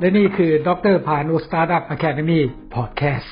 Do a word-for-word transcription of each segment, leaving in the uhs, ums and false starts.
และนี่คือดร.พานุ Startup Academy Podcast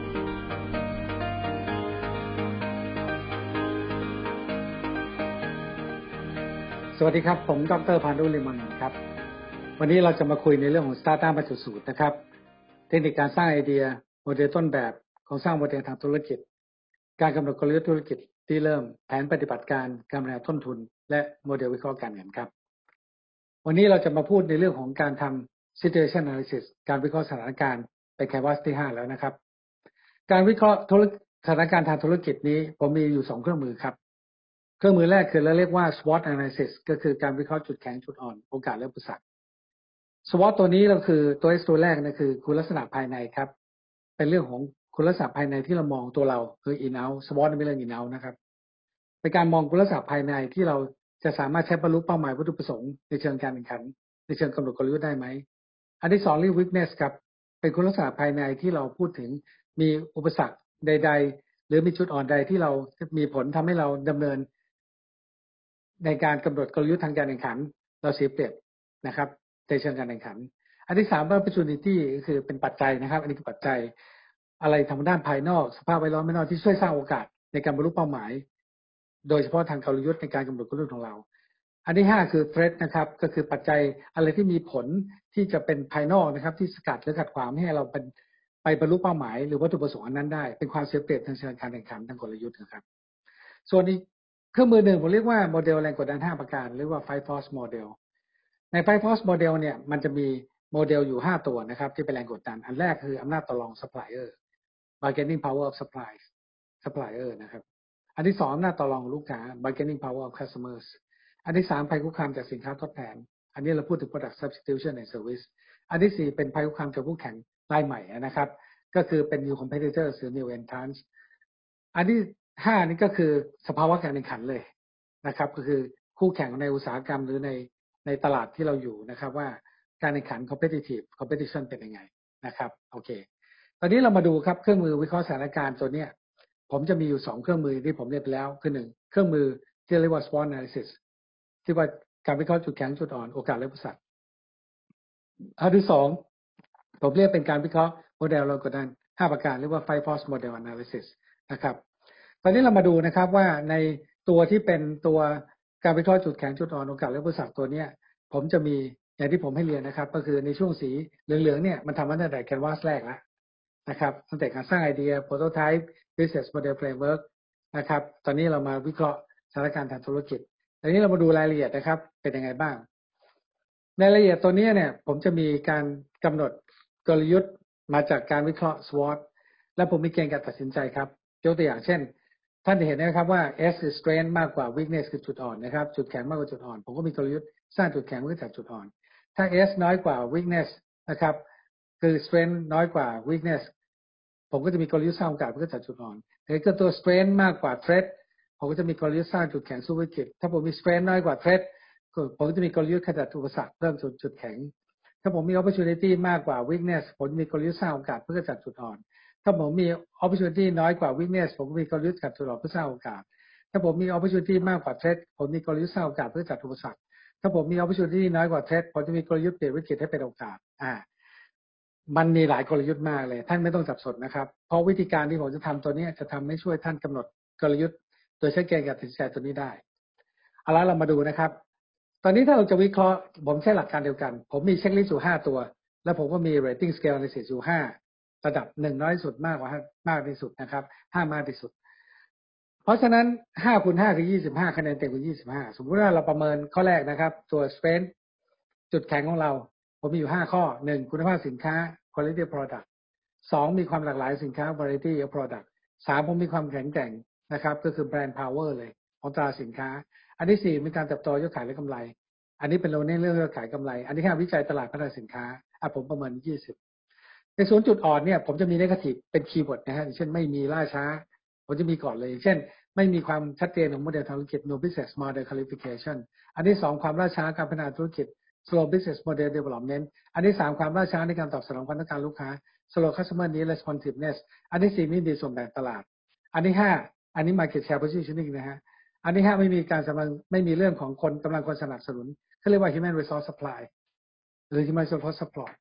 สวัสดีครับผมดร.พานุ ลิมานนท์ครับวันนี้เราจะมาคุยในเรื่องของ Startup บรรจุสูตรนะครับเทคนิคการสร้างไอเดียโมเดลต้นแบบของสร้างโมเดลทางธุรกิจการกำหนดกลยุทธ์ธุรกิจที่เริ่มแผนปฏิบัติการการบริหารต้นทุนและโมเดลวิเคราะห์การเงินครับวันนี้เราจะมาพูดในเรื่องของการทำ Situation Analysis การวิเคราะห์สถานการณ์เป็น Canvas ที่ห้าแล้วนะครับการวิเคราะห์สถานการณ์ทางธุรกิจนี้ผมมีอยู่สองเครื่องมือครับเครื่องมือแรกคือเราเรียกว่า SWOT Analysis ก็คือการวิเคราะห์จุดแข็งจุดอ่อนโอกาสและอุปสรรค SWOT ตัวนี้ก็คือตัว S ตัวแรกนะคือคุณลักษณะภายในครับเป็นเรื่องของคุณลักษณะภายในที่เรามองตัวเราคือ in out SWOT ไม่เรื่อง in out นะครับเป็นการมองคุณลักษณะภายในที่เราจะสามารถใช้บรรลุเป้าหมายวัตถุประสงค์ในเชิงการแข่งขันในเชิงกำหนดกลยุทธ์ได้ไหมอันที่สองเรียก weakness ครับเป็นคุณลักษณะภายในที่เราพูดถึงมีอุปสรรคใดๆหรือมีจุดอ่อนใดที่เรามีผลทำให้เราดำเนินในการกำหนดกลยุทธ์ทางการแข่งขันเราเสียเปรียบนะครับในเชิงการแข่งขันอันที่สามเป็น opportunity ก็คือเป็นปัจจัยนะครับอันนี้คือปัจจัยอะไรทางด้านภายนอกสภาพแวดล้อมภายนอกที่ช่วยสร้างโอกาสในการบรรลุเป้าหมายโดยเฉพาะทางกลยุทธ์ในการกำหนดกลยุทธ์ของเราอันที่ห้าคือ threat นะครับก็คือปัจจัยอะไรที่มีผลที่จะเป็นภายนอกนะครับที่สกัดหรือขัดขวางให้เราเป็นไปบรรลุเป้าหมายหรือวัตถุประสงค์อันนั้นได้เป็นความเสียเปรียบทางเชิงการแข่งขันทางกลยุทธ์นะครับส่วนอีกเครื่องมือหนึ่งผมเรียกว่าโมเดลแรงกดดันห้าประการเรียกว่า Five Force Model ใน Five Force Model เนี่ยมันจะมีโมเดลอยู่ห้าตัวนะครับที่เป็นแรงกดดันอันแรกคืออำนาจต่อรอง Supplier Bargaining Power of Supplies Supplier นะครับอันที่สองอำนาจต่อรองลูกค้า Bargaining Power of Customers อันที่สามภัยคุกคามจากสินค้าทดแทนอันนี้เราพูดถึง Product Substitution and Service อันที่สี่เป็นภัยคุกคามจากคู่แข่งรายใหม่นะครับก็คือเป็น New Competitors หรือ New Entrants อันที่ห้านี่ก็คือสภาวะการแข่งขันเลยนะครับก็คือคู่แข่งในอุตสาหกรรมหรือในในตลาดที่เราอยู่นะครับว่าการแข่งขัน competitive competition เป็นยังไงนะครับโอเคตอนนี้เรามาดูครับเครื่องมือวิเคราะห์สถานการณ์ตัวเนี้ยผมจะมีอยู่สองเครื่องมือที่ผมเรียกไปแล้วคือหนึ่งเครื่องมือที่เรียกว่า SWOT analysis ที่ว่าการวิเคราะห์จุดแข็งจุดอ่อนโอกาสและอุปสรรคอันที่สองผมเรียกเป็นการวิเคราะห์โมเดลแรงกดดันห้าประการเรียกว่า Five Force Model Analysis นะครับตอนนี้เรามาดูนะครับว่าในตัวที่เป็นตัวการวิเคราะห์จุดแข็งจุดอ่อนโอกาสและอุปสรรคตัวเนี้ยผมจะมีอย่างที่ผมให้เรียนนะครับก็คือในช่วงสีเหลืองๆเนี่ยมันทำมาตั้งแต่ Canvas แรกแล้วนะครับตั้งแต่การสร้างไอเดีย Prototype Business Model Framework นะครับตอนนี้เรามาวิเคราะห์สถานการณ์ทางธุรกิจตอนนี้เรามาดูรายละเอียดนะครับเป็นยังไงบ้างในรายละเอียดตัวนี้เนี่ยผมจะมีการกำหนดกลยุทธ์มาจากการวิเคราะห์ SWOT และผมมีเกณฑ์การตัดสินใจครับยกตัวอย่างเช่นท่านจะเห็นนะครับว่า S คือ strength มากกว่า weakness คือจุดอ่อนนะครับจุดแข็งมากกว่าจุดอ่อนผมก็มีกลยุทธ์สร้างจุดแข็งเพื่อจากจุดอ่อนถ้า S น้อยกว่า weakness นะครับคือ strength น้อยกว่า weakness ผมก็จะมีกลยุทธ์สร้างโอกาสเพื่อจากจุดอ่อนแต่ถ้าตัว strength มากกว่า threat ผมก็จะมีกลยุทธ์สร้างจุดแข็งสู้วิกฤตถ้าผมมี strength น้อยกว่า threat ผมก็จะมีกลยุทธ์ขจัดอุปสรรคเพิ่มจุดจุดแข็งถ้าผมมี opportunity มากกว่า weakness ผมจะมีกลยุทธ์สร้างโอกาสเพื่อขจัดจุดอ่อนถ้าผมมี opportunity น้อยกว่า weakness ผมมีกลยุทธ์จัดจุดอ่อนเพื่อสร้างโอกาสถ้าผมมี opportunity มากกว่า threat ผมมีกลยุทธ์สร้างโอกาสเพื่อจัดอุปสรรคถ้าผมมี opportunity น้อยกว่า threat ผมจะมีกลยุทธ์เปลี่ยนวิกฤตให้เป็นโอกาสอ่ามันมีหลายกลยุทธ์มากเลยท่านไม่ต้องสับสนนะครับเพราะวิธีการที่ผมจะทำตัวนี้จะทำให้ช่วยท่านกำหนดกลยุทธ์โดยใช้เกณฑ์การตัดสินใจตัวนี้ได้เอาละเรามาดูนะครับตอนนี้ถ้าเราจะวิเคราะห์ผมใช้หลักการเดียวกันผมมีเช็คลิสต์อยู่ห้าตัวแล้วผมก็มี rating scale analysis อยู่ห้าระดับหนึ่งน้อยที่สุดมากกว่ามากที่สุดนะครับห้ามากที่สุดเพราะฉะนั้นห้าคูณห้าคือยี่สิบห้าคะแนนเต็มคือยี่สิบห้าสมมุติว่าเราประเมินข้อแรกนะครับตัว strength จุดแข็งของเราผมมีอยู่ห้าข้อหนึ่งคุณภาพสินค้า quality of product สองมีความหลากหลายสินค้า variety of product สามผมมีความแข็งแกร่งนะครับก็คือ brand power เลยของตราสินค้าอันที่สี่มีการเติบโตยอดขายและกำไรอันนี้เป็นเราเน้นเรื่องยอดขายกำไรอันที่ห้าวิจัยตลาดพัฒนาสินค้าอ่ะผมประเมินยี่สิบในส่วนจุดอ่อนเนี่ยผมจะมี negative เป็นคีย์เวิร์ดนะฮะอย่างเช่นไม่มีล่าช้าผมจะมีก่อนเลยเช่นไม่มีความชัดเจนของโมเดลธุรกิจ no business model clarification อันที่สองความล่าช้าการพัฒนาธุรกิจ slow business model development อันที่สามความล่าช้าในการตอบสนองความต้องการลูกค้า slow customer need responsiveness อันที่สี่ไม่มีส่วนแบ่งตลาดอันที่ห้าอันนี้ market share positioning นะฮะอันที่ห้าไม่มีการสำนักไม่มีเรื่องของคนกำลังคนสนับสนุนเขาเรียกว่า human resource supply หรือ human resource supply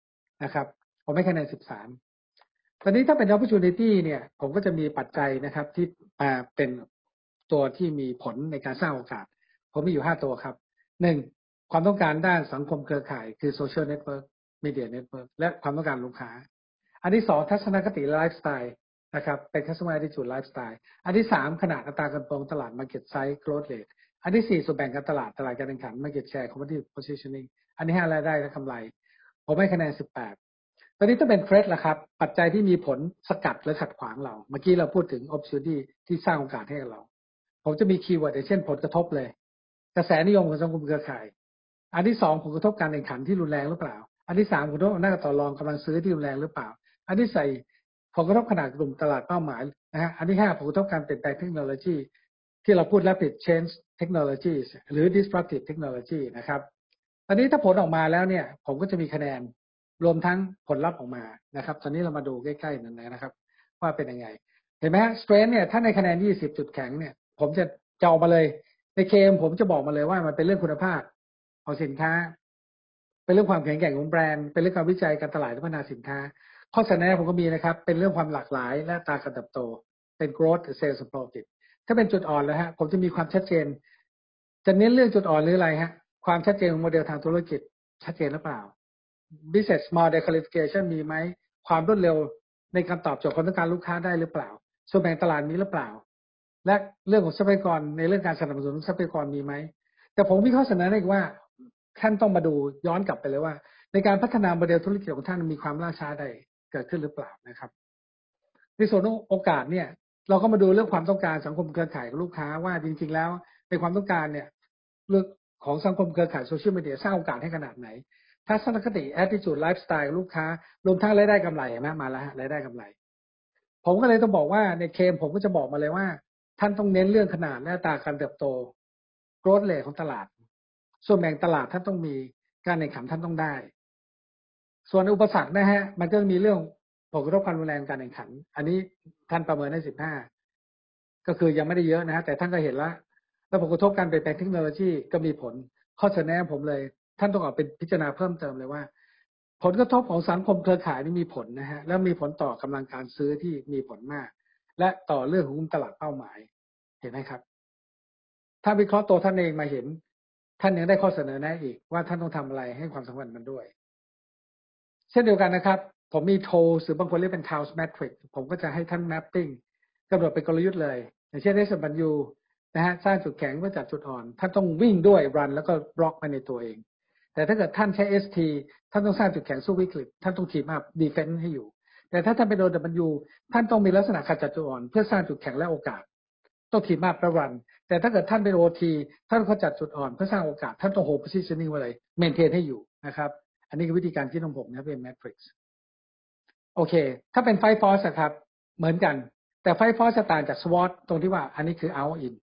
นะครับผมให้คะแนนสิบสามตอนนี้ถ้าเป็น opportunity เนี่ยผมก็จะมีปัจจัยนะครับที่มาเป็นตัวที่มีผลในการสร้างโอกาสผมมีอยู่ห้าตัวครับหนึ่งความต้องการด้านสังคมเครือข่ายคือ social network media network และความต้องการลูกค้าอันที่สองทัศนคติไลฟ์สไตล์นะครับเป็น customer attitude lifestyle อันที่สามขนาดอัตราการโตตลาด market size growth rate อันที่สี่ส่วนแบ่งการตลาดตลาดการแข่งขัน market share competitive positioning อันที่ห้ารายได้และกำไรผมให้คะแนนสิบแปดตอนนี้ถ้าเป็นเทรดล่ะครับปัจจัยที่มีผลสกัดหรือขัดขวางเราเมื่อกี้เราพูดถึง opportunity ที่สร้างโอกาสให้กับเราผมจะมีคีย์เวิร์ดอย่างเช่นผลกระทบเลยกระแสนิยมของสังคมเครือข่ายอันที่สองผลกระทบการแข่งขันที่รุนแรงหรือเปล่าอันที่สามผลกระทบอำนาจต่อรองกำลังซื้อที่รุนแรงหรือเปล่าอันที่สี่ผลกระทบขนาดกลุ่มตลาดเป้าหมายนะฮะอันที่ห้าผลกระทบการเปลี่ยนแปลงเทคโนโลยีที่เราพูด rapid change technologies หรือ disruptive technology นะครับตอนนี้ถ้าผลออกมาแล้วเนี่ยผมก็จะมีคะแนนรวมทั้งผลลัพธ์ออกมานะครับตอนนี้เรามาดูใกล้ๆนั่นนะครับว่าเป็นยังไงเห็นไหมฮะ strength เนี่ยถ้าในคะแนนยี่สิบจุดแข็งเนี่ยผมจะจะออกมาเลยในเคมผมจะบอกมาเลยว่ามันเป็นเรื่องคุณภาพของสินค้าเป็นเรื่องความแข็งแกร่งของแบรนด์เป็นเรื่องการวิจัยการตลาดและพัฒนาสินค้าข้อเสนอผมก็มีนะครับเป็นเรื่องความหลากหลายและอัตราการเติบโตเป็น growth sales and profit ถ้าเป็นจุดอ่อนแล้วฮะผมจะมีความชัดเจนจะเน้นเรื่องจุดอ่อนหรืออะไรฮะความชัดเจนของโมเดลทางธุรกิจชัดเจนหรือเปล่า business model qualification มีไหมความรวดเร็วในการตอบโจทย์ความต้องการลูกค้าได้หรือเปล่าส่วนแบ่งตลาดมีหรือเปล่าและเรื่องของทรัพยากรในเรื่องการสนับสนุนทรัพยากรมีไหมแต่ผมมีข้อเสนออีกว่าท่านต้องมาดูย้อนกลับไปเลยว่าในการพัฒนาโมเดลธุรกิจของท่านมีความล่าช้าใดเกิดขึ้นหรือเปล่านะครับในส่วนโอกาสเนี่ยเราก็มาดูเรื่องความต้องการสังคมเครือข่ายของลูกค้าว่าจริงๆแล้วในความต้องการเนี่ยเรื่องของสังคมเครือข่ายโซเชียลมีเดียสร้างโอกาสให้ขนาดไหนทัศนคติ attitude lifestyle ลูกค้ารวมทั้งรายได้กำไรเห็นไหมมาแล้วรายได้กำไรผมก็เลยต้องบอกว่าในเคมผมก็จะบอกมาเลยว่าท่านต้องเน้นเรื่องขนาดและอัตราการเติบโต growth rate ของตลาดส่วนแบ่งตลาดท่านต้องมีการแข่งขันท่านต้องได้ส่วนอุปสรรคนะฮะมันก็มีเรื่องผลกระทบความรุนแรงการแข่งขันอันนี้ท่านประเมินได้สิบห้าก็คือยังไม่ได้เยอะนะฮะแต่ท่านก็เห็นแล้วแล้วผลกระทบการเปลี่ยนแปลงเทคโนโลยีก็มีผลข้อเสนอผมเลยท่านต้องเอาเป็นพิจารณาเพิ่มเติมเลยว่าผลกระทบของสังคมเครือข่ายนี่มีผลนะฮะแล้วมีผลต่อกำลังการซื้อที่มีผลมากและต่อเรื่องของกลุ่มตลาดเป้าหมายเห็นไหมครับถ้าวิเคราะห์ตัวท่านเองมาเห็นท่านยังได้ข้อเสนอแนะอีกว่าท่านต้องทำอะไรให้ความสำคัญมันด้วยเช่นเดียวกันนะครับผมมีโทรหรือบางคนเรียกเป็น Taos Metric ผมก็จะให้ท่าน mapping กำหนดเป็นกลยุทธ์เลยอย่างเช่นได้สมบัติยูนะฮะสร้างจุดแข็งเพื่อจัดจุดอ่อนท่านต้องวิ่งด้วย run แล้วก็บล็อกไปในตัวเองแต่ถ้าเกิดท่านใช้ เอส ที ท่านต้องสร้างจุดแข็งสู้วิกฤตท่านต้องทีมอัพ defense ให้อยู่แต่ถ้าท่านเป็น โอ ดับเบิลยู ท่านต้องมีลักษณะขจัดจุดอ่อนเพื่อสร้างจุดแข็งและโอกาสต้องทีมอัพและ run แต่ถ้าเกิดท่านเป็น โอ ที ท่านขจัดจุดอ่อนเพื่อสร้างโอกาสท่านต้อง hold positioning ไว้เลย maintain ให้อยู่นะครับอันนี้คือวิธีการคิดของผมนะเป็น matrixโอเคถ้าเป็นไฟฟอร์สครับเหมือนกันแต่ไฟฟอร์สจะต่างจากสวอตตรงที่ว่าอันนี้คือ out in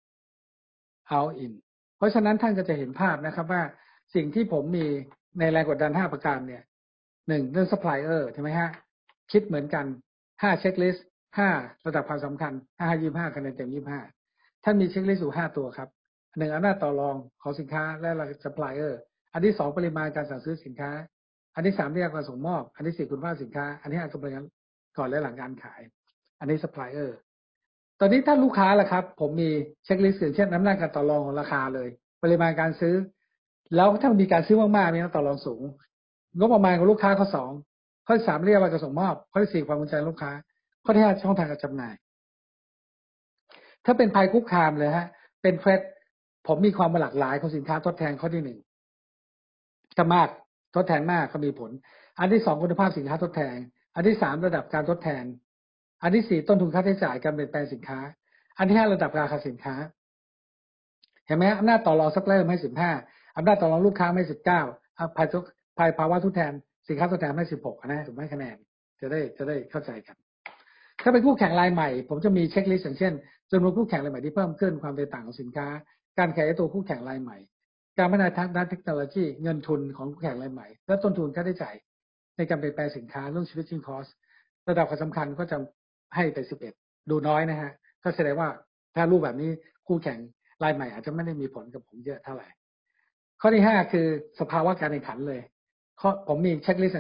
out in เพราะฉะนั้นท่านก็จะเห็นภาพนะครับว่าสิ่งที่ผมมีในแรงกดดันห้าประการเนี่ยหนึ่งเรื่อง supplier ใช่ไหมฮะคิดเหมือนกันห้าเช็คลิสต์ห้าระดับความสำคัญห้ายี่ห้าคะแนนเต็มยี่ห้าท่านมีเช็คลิสต์อยู่ห้าตัวครับหนึ่งอำนาจต่อรองของสินค้าและ supplier อันที่สองปริมาณการสั่งซื้อสินค้าอันที่สามเรื่องการส่งมอบอันที่สี่คุณภาพสินค้าอันที่ห้ากำลังก่อนและหลังการขายอันนี้ supplier ตอนนี้ถ้าลูกค้าล่ะครับผมมีเช็คลิสต์อย่างเช่นอำนาจการต่อรองของราคาเลยปริมาณการซื้อแล้วถ้ามีการซื้อมากๆมีการต่อรองสูงงบประมาณของลูกค้าข้อสองข้อที่สามเรียกว่าการส่งมอบข้อที่สี่ความมั่นใจลูกค้าข้อที่ห้าช่องทางการจำหน่ายถ้าเป็นภัยคุกคามเลยฮะเป็นเทรดผมมีความหลากหลายของสินค้าทดแทนข้อที่หนึ่งถ้ามากทดแทนมากก็มีผลอันที่สองคุณภาพสินค้าทดแทนอันที่สามระดับการทดแทนอันที่สี่ต้นทุนค่าใช้จ่ายการเปลี่ยนแปลงสินค้าอันที่ห้าระดับราคาสินค้าเห็นไหมอำนาจต่อรองซัพพลายเออร์ให้สิบห้าอำนาจต่อรองลูกค้าให้สิบเก้าภายภายภาวะทดแทนสินค้าทดแทนให้สิบหกนะผมให้คะแนนจะได้จะได้เข้าใจกันถ้าเป็นคู่แข่งรายใหม่ผมจะมีเช็คลิสต์อย่างเช่นจำนวนคู่แข่งรายใหม่ที่เพิ่มขึ้นความแตกต่างของสินค้าการขยายตัวคู่แข่งรายใหม่การพัฒนาทางด้านเทคโนโลยีเงินทุนของคู่แข่งรายใหม่และต้นทุนค่าใช้จ่ายในการเปลี่ยนแปลงสินค้าเรื่อง switching cost ระดับความสำคัญก็จะให้ไปสิบเอ็ดดูน้อยนะฮะก็แสดงว่าถ้ารูปแบบนี้คู่แข่งรายใหม่อาจจะไม่ได้มีผลกับผมเยอะเท่าไหร่ข้อที่ห้าคือสภาวะการแข่งขันเลยข้อผมมีเช็คลิสต์อย่างเช่น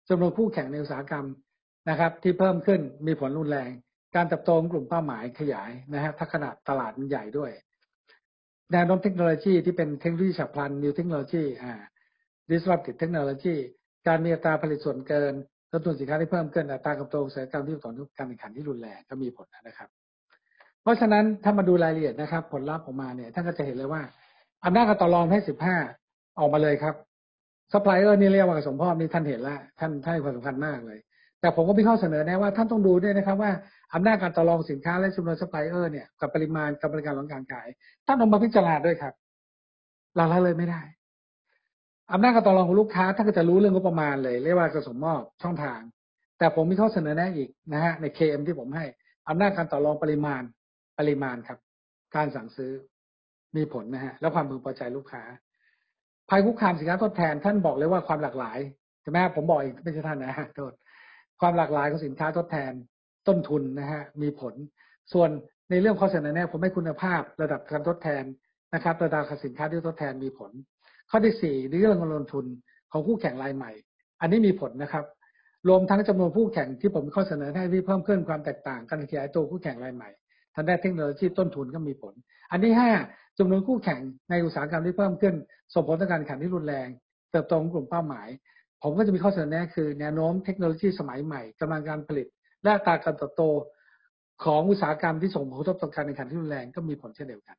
จำนวนคู่แข่งในอุตสาหกรรมนะครับที่เพิ่มขึ้นมีผลรุนแรงการเติบโตของกลุ่มเป้าหมายขยายนะฮะถ้าขนาดตลาดมันใหญ่ด้วยแนวโน้มเทคโนโลยีที่เป็นเทคโนโลยีฉับพลัน new technology อ่า disruptive technology การมีอัตราผลิตส่วนเกินต้นทุนสินค้าที่เพิ่มขึ้นอัตราการเติบโตอุตสาหกรรมที่ต่อเนื่องการแข่งขันที่รุนแรงก็มีผลนะครับเพราะฉะนั้นถ้ามาดูรายละเอียดนะครับผลลัพธ์ออกมาเนี่ยท่านก็จะเห็นเลยว่าอำนาจการต่อรองให้สิบห้าออกมาเลยครับซัพพลายเออร์นี่เรียกว่าสมพรนี่ท่านเห็นแล้วท่านให้ความสำคัญมากเลยแต่ผมก็มีข้อเสนอแนะว่าท่านต้องดูด้วยนะครับว่าอำนาจการต่อรองสินค้าและจำนวนซัพพลายเออร์เนี่ยกับปริมาณกับบริการของการขายท่านต้องมาพิจารณาด้วยครับเราละเลยไม่ได้อำนาจการต่อรองของลูกค้าท่านก็จะรู้เรื่องงบประมาณเลยเรียกว่าจะสมมอบช่องทางแต่ผมมีข้อเสนอแนะอีกนะฮะใน เค เอ็ม ที่ผมให้อำนาจการต่อรองปริมาณปริมาณครับการสั่งซื้อมีผลนะฮะแล้วความพึงพอใจลูกค้าภัยคุกคามสินค้าทดแทนท่านบอกเลยว่าความหลากหลายใช่ไหมผมบอกอีกไม่ใช่ท่านนะฮะโทษความหลากหลายของสินค้าทดแทนต้นทุนนะฮะมีผลส่วนในเรื่องข้อเสนอแนะผมให้คุณภาพระดับการทดแทนนะครับระดับสินค้าที่ทดแทนมีผลข้อที่สี่ในเรื่องการลงทุนของคู่แข่งรายใหม่อันนี้มีผลนะครับรวมทั้งจำนวนผู้แข่งที่ผมข้อเสนอให้ที่เพิ่มขึ้นความแตกต่างการขยายตัวคู่แข่งรายใหม่ทางด้านเทคโนโลยีต้นทุนก็มีผลอันที่ห้าจำนวนคู่แข่งในอุตสาหกรรมที่เพิ่มขึ้นส่งผลต่อการแข่งขันที่รุนแรงเติบโตของกลุ่มเป้าหมายผมก็จะมีข้อเสนอแนะคือแนวโน้มเทคโนโลยีสมัยใหม่กำลังการผลิตและอัตราการเติบโตของอุตสาหกรรมที่ส่งผลกระทบต่อการแข่งขันที่รุนแรงก็มีผลเช่นเดียวกัน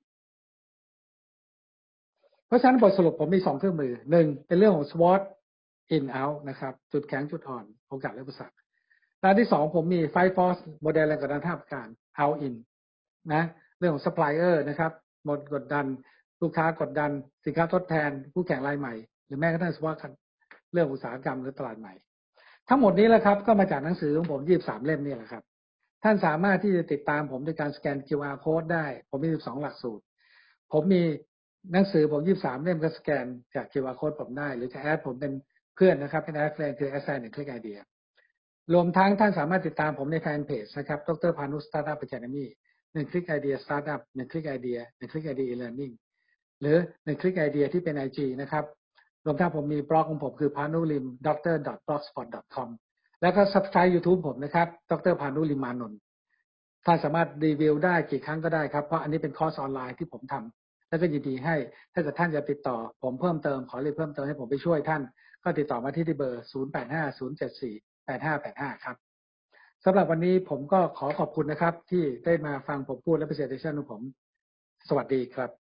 เพราะฉะนั้นบทสรุปผมมีสองเครื่องมือหนึ่งเป็นเรื่องของ สวอต in out นะครับจุดแข็งจุดอ่อนโอกาสและอุปสรรคด้านที่สองผมมี ไฟว์ force โมเดลแรงกดดันท่าการ out in นะเรื่องของ supplier นะครับหมดกดดันลูกค้ากดดันสินค้าทดแทนคู่แข่งรายใหม่หรือแม้กระทั่งสวอตเรื่องอุตสาหกรรมหรือตลาดใหม่ทั้งหมดนี้แหละครับก็มาจากหนังสือของผมยี่สิบสามเล่มนี่แหละครับท่านสามารถที่จะติดตามผมด้วยการสแกน คิว อาร์ code ได้ผมมีสิบสองหลักสูตรผมมีหนังสือผมยี่สิบสามเล่มก็สแกนจาก คิว อาร์ code ผมได้หรือจะแอดผมเป็นเพื่อนนะครับเป็นแอดเฟรนด์คือแอดไซน์หนึ่งคลิกไอเดียรวมทั้งท่านสามารถติดตามผมในแฟนเพจนะครับดรพานุสตาร์ทอัพอะคาเดมี่หนึ่งคลิกไอเดียสตาร์ทอัพหนึ่งคลิกไอเดียหนึ่งคลิกไอเดีย e-learning หรือหนึ่งคลิกไอเดียที่เป็น ไอ จี นะครับรวมทั้งผมมีบล็อกของผมคือ พานุลิม ด็อกเตอร์ ดอท บล็อกสปอต ดอท คอม แล้วก็ Subscribe YouTube ผมนะครับดรพานุลิมานนท์ท่านสามารถรีวิวได้กี่ครั้งก็ได้ครับเพราะอันนี้เป็นคอร์สออนไลน์ที่ผมทำแล้วก็ยินดีให้ถ้าเกิดท่านจะติดต่อผมเพิ่มเติมขอเรียนเพิ่มเติมให้ผมไปช่วยท่านก็ติดต่อมาที่ที่เบอร์ศูนย์ แปด ห้า ศูนย์ เจ็ด สี่ แปด ห้า แปด ห้าครับสำหรับวันนี้ผมก็ขอขอบคุณนะครับที่ได้มาฟังผมพูดและ presentation ของผมสวัสดีครับ